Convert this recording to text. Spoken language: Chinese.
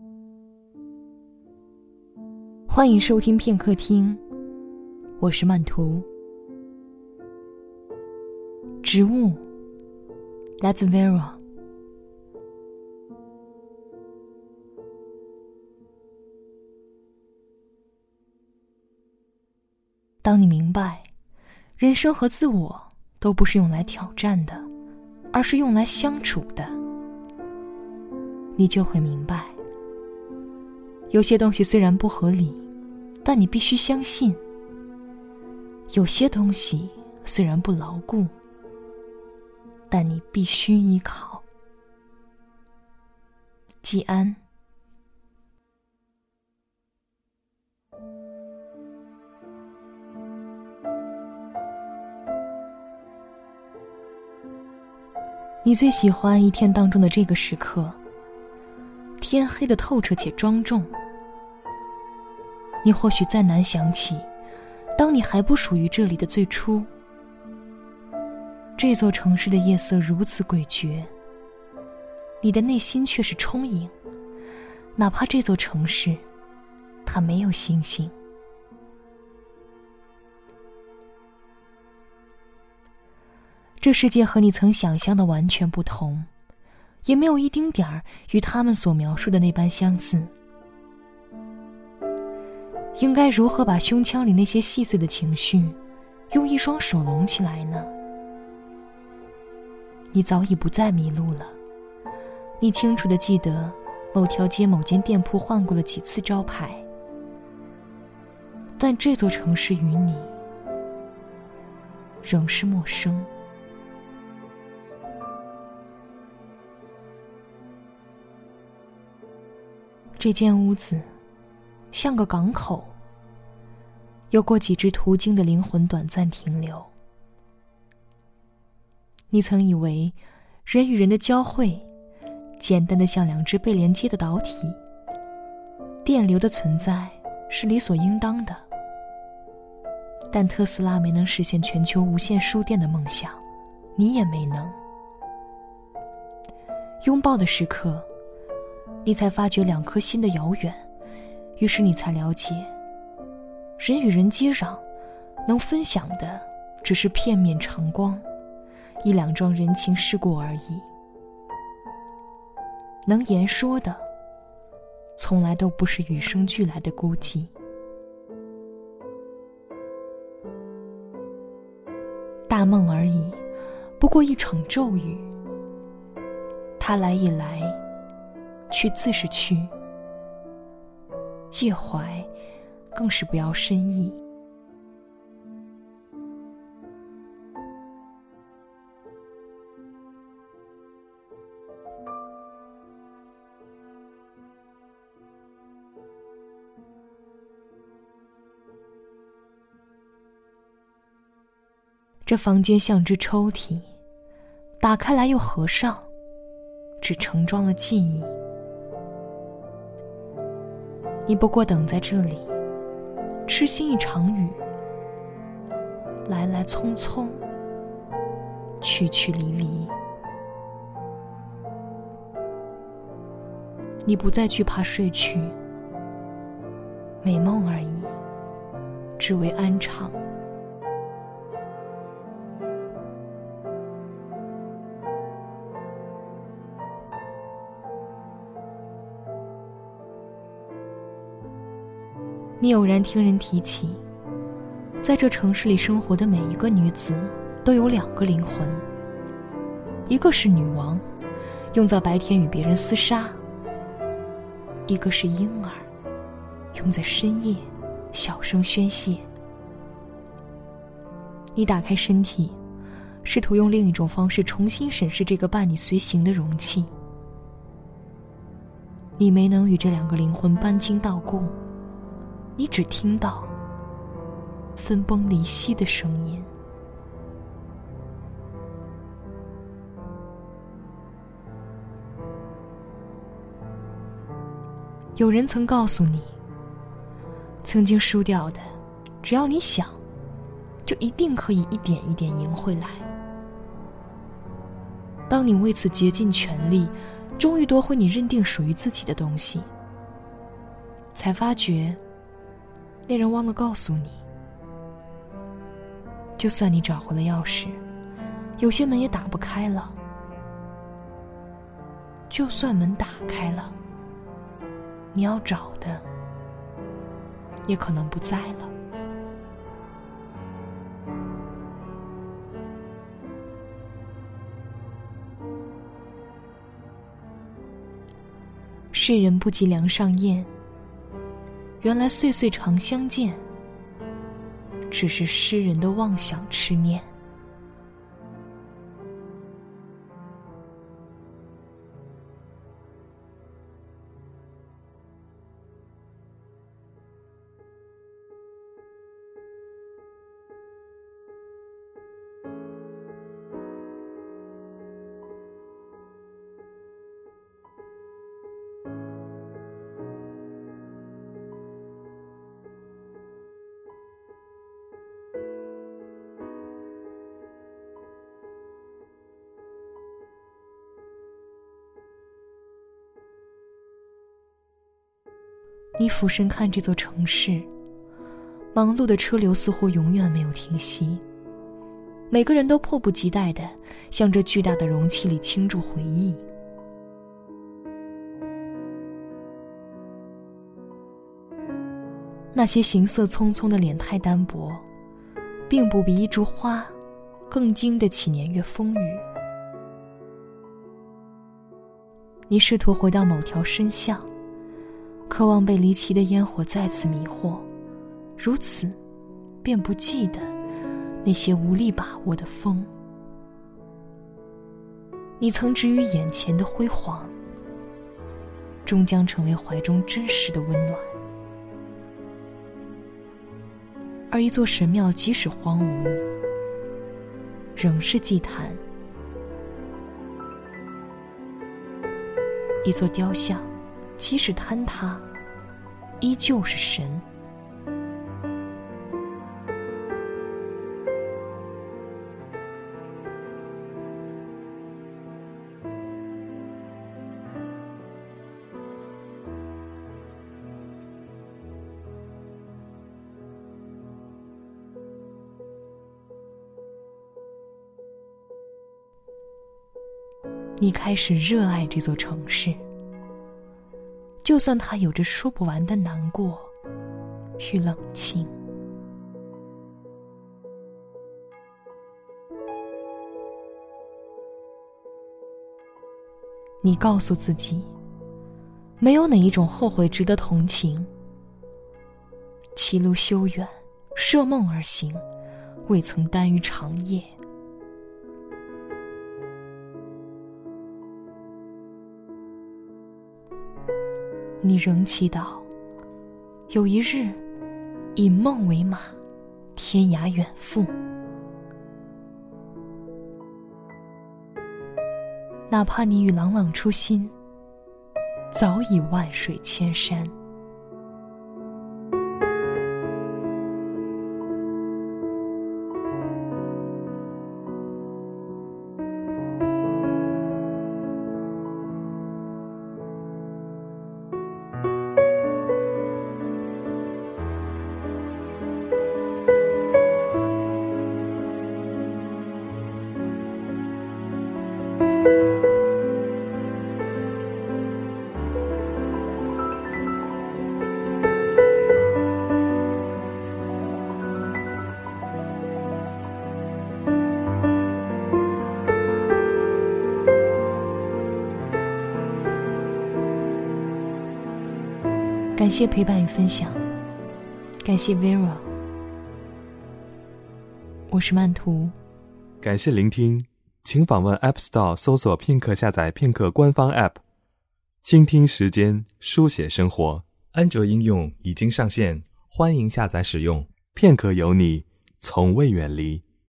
欢迎收听片刻听，我是曼图。植物来自 Vera。 当你明白人生和自我都不是用来挑战的，而是用来相处的，你就会明白，有些东西虽然不合理，但你必须相信；有些东西虽然不牢固，但你必须依靠。季安。你最喜欢一天当中的这个时刻，天黑得透彻且庄重。你或许再难想起，当你还不属于这里的最初。这座城市的夜色如此诡谲，你的内心却是充盈，哪怕这座城市它没有星星。这世界和你曾想象的完全不同，也没有一丁点儿与他们所描述的那般相似。应该如何把胸腔里那些细碎的情绪用一双手拢起来呢？你早已不再迷路了，你清楚地记得某条街某间店铺换过了几次招牌，但这座城市与你仍是陌生。这间屋子像个港口，有过几只途经的灵魂短暂停留。你曾以为人与人的交汇简单的像两只被连接的导体，电流的存在是理所应当的。但特斯拉没能实现全球无线输电的梦想，你也没能。拥抱的时刻，你才发觉两颗心的遥远，于是你才了解，人与人接壤，能分享的只是片面长光，一两桩人情世故而已。能言说的，从来都不是与生俱来的孤寂。大梦而已，不过一场骤雨，它来也来，去自是去，介怀更是不要深意。这房间像只抽屉，打开来又合上，只盛装了记忆。你不过等在这里，痴心一场雨，来来匆匆，去去离离。你不再惧怕睡去，美梦而已，只为安常。你偶然听人提起，在这城市里生活的每一个女子都有两个灵魂，一个是女王，用在白天与别人厮杀；一个是婴儿，用在深夜小声宣泄。你打开身体，试图用另一种方式重新审视这个伴你随行的容器。你没能与这两个灵魂搬经道故，你只听到分崩离析的声音。有人曾告诉你，曾经输掉的，只要你想，就一定可以一点一点赢回来。当你为此竭尽全力，终于夺回你认定属于自己的东西， 才发觉那人忘了告诉你。就算你找回了钥匙，有些门也打不开了。就算门打开了，你要找的也可能不在了。世人不及梁上燕，原来岁岁常相见，只是诗人的妄想痴念。你俯身看这座城市，忙碌的车流似乎永远没有停息，每个人都迫不及待地向这巨大的容器里倾注回忆。那些行色匆匆的脸太单薄，并不比一株花更经得起年月风雨。你试图回到某条深巷，渴望被离奇的烟火再次迷惑，如此便不记得那些无力把握的风。你曾止于眼前的辉煌，终将成为怀中真实的温暖。而一座神庙即使荒芜，仍是祭坛；一座雕像即使坍塌，依旧是神。你开始热爱这座城市，就算它有着说不完的难过与冷清。你告诉自己，没有哪一种后悔值得同情。歧路修远，涉梦而行，未曾耽于长夜。你仍祈祷，有一日，以梦为马，天涯远赴。哪怕你与朗朗初心，早已万水千山。感谢陪伴与分享，感谢 Vera， 我是曼图。 感谢聆听，请访问 App Store 搜索片刻，下载片刻官方 App， 倾听时间，书写生活。 安卓应用已经上线，欢迎下载使用。 片刻有你，从未远离。